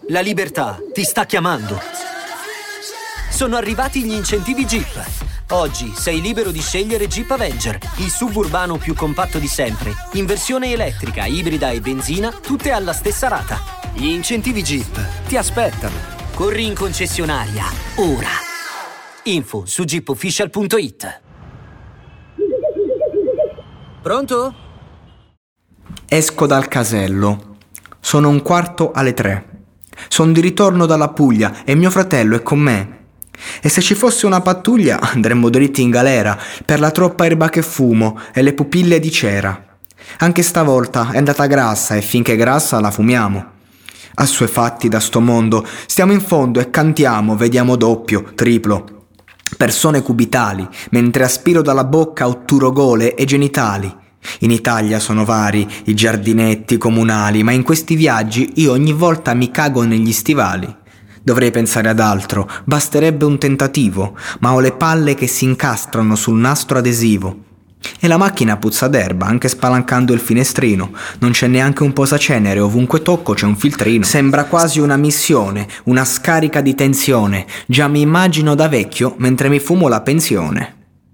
La libertà ti sta chiamando. Sono arrivati gli incentivi Jeep. Oggi sei libero di scegliere Jeep Avenger, il SUV urbano più compatto di sempre, in versione elettrica, ibrida e benzina, tutte alla stessa rata. Gli incentivi Jeep ti aspettano. Corri in concessionaria, ora. Info su jeepofficial.it. Pronto? Esco dal casello. Sono 2:15 Sono di ritorno dalla Puglia e mio fratello è con me. E se ci fosse una pattuglia andremmo dritti in galera per la troppa erba che fumo e le pupille di cera. Anche stavolta è andata grassa e finché grassa la fumiamo. Assuefatti da sto mondo stiamo in fondo e cantiamo, vediamo doppio, triplo. Persone cubitali, mentre aspiro dalla bocca otturo gole e genitali. In Italia sono vari i giardinetti comunali, ma in questi viaggi io ogni volta mi cago negli stivali. Dovrei pensare ad altro, basterebbe un tentativo, ma ho le palle che si incastrano sul nastro adesivo. E la macchina puzza d'erba, anche spalancando il finestrino. Non c'è neanche un posacenere, ovunque tocco c'è un filtrino. Sembra quasi una missione, una scarica di tensione. Già mi immagino da vecchio mentre mi fumo la pensione.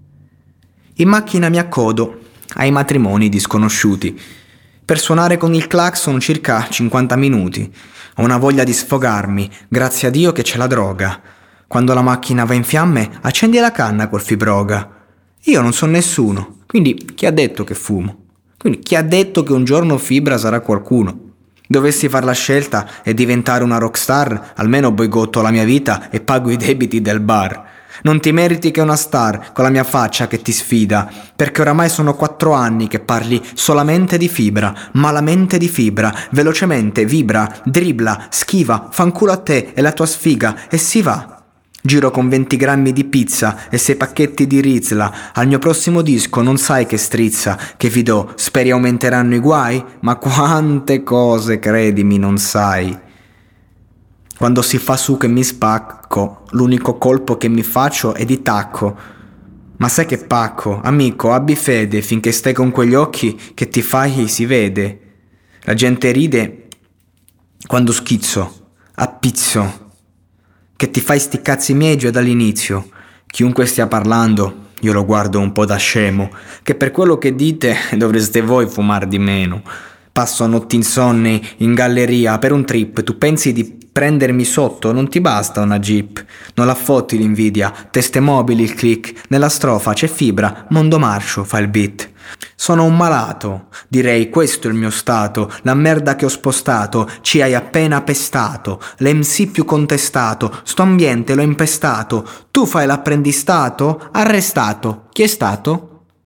In macchina mi accodo ai matrimoni disconosciuti. Per suonare con il clacson circa 50 minuti. Ho una voglia di sfogarmi, grazie a Dio che c'è la droga. Quando la macchina va in fiamme, accendi la canna col fibroga. Io non so nessuno, quindi chi ha detto che fumo? Quindi chi ha detto che un giorno fibra sarà qualcuno? Dovessi far la scelta e diventare una rockstar, almeno boicotto la mia vita e pago i debiti del bar. Non ti meriti che una star con la mia faccia che ti sfida, perché oramai sono 4 anni che parli solamente di fibra, malamente di fibra, velocemente vibra, dribbla, schiva, fanculo a te e la tua sfiga e si va. Giro con 20 grammi di pizza e 6 pacchetti di Rizla, al mio prossimo disco non sai che strizza, che vi do, speri aumenteranno i guai? Ma quante cose credimi non sai. Quando si fa su che mi spacco, l'unico colpo che mi faccio è di tacco. Ma sai che pacco, amico, abbi fede, finché stai con quegli occhi che ti fai si vede. La gente ride quando schizzo, appizzo, che ti fai sti cazzi miei già dall'inizio. Chiunque stia parlando, io lo guardo un po' da scemo, che per quello che dite dovreste voi fumar di meno. Passo notti insonni in galleria per un trip, tu pensi di prendermi sotto, non ti basta una Jeep. Non la fotti l'invidia, teste mobili il click, nella strofa c'è fibra, mondo marcio fa il beat. Sono un malato, direi questo è il mio stato, la merda che ho spostato, ci hai appena pestato, l'MC più contestato, sto ambiente l'ho impestato, tu fai l'apprendistato, arrestato, chi è stato?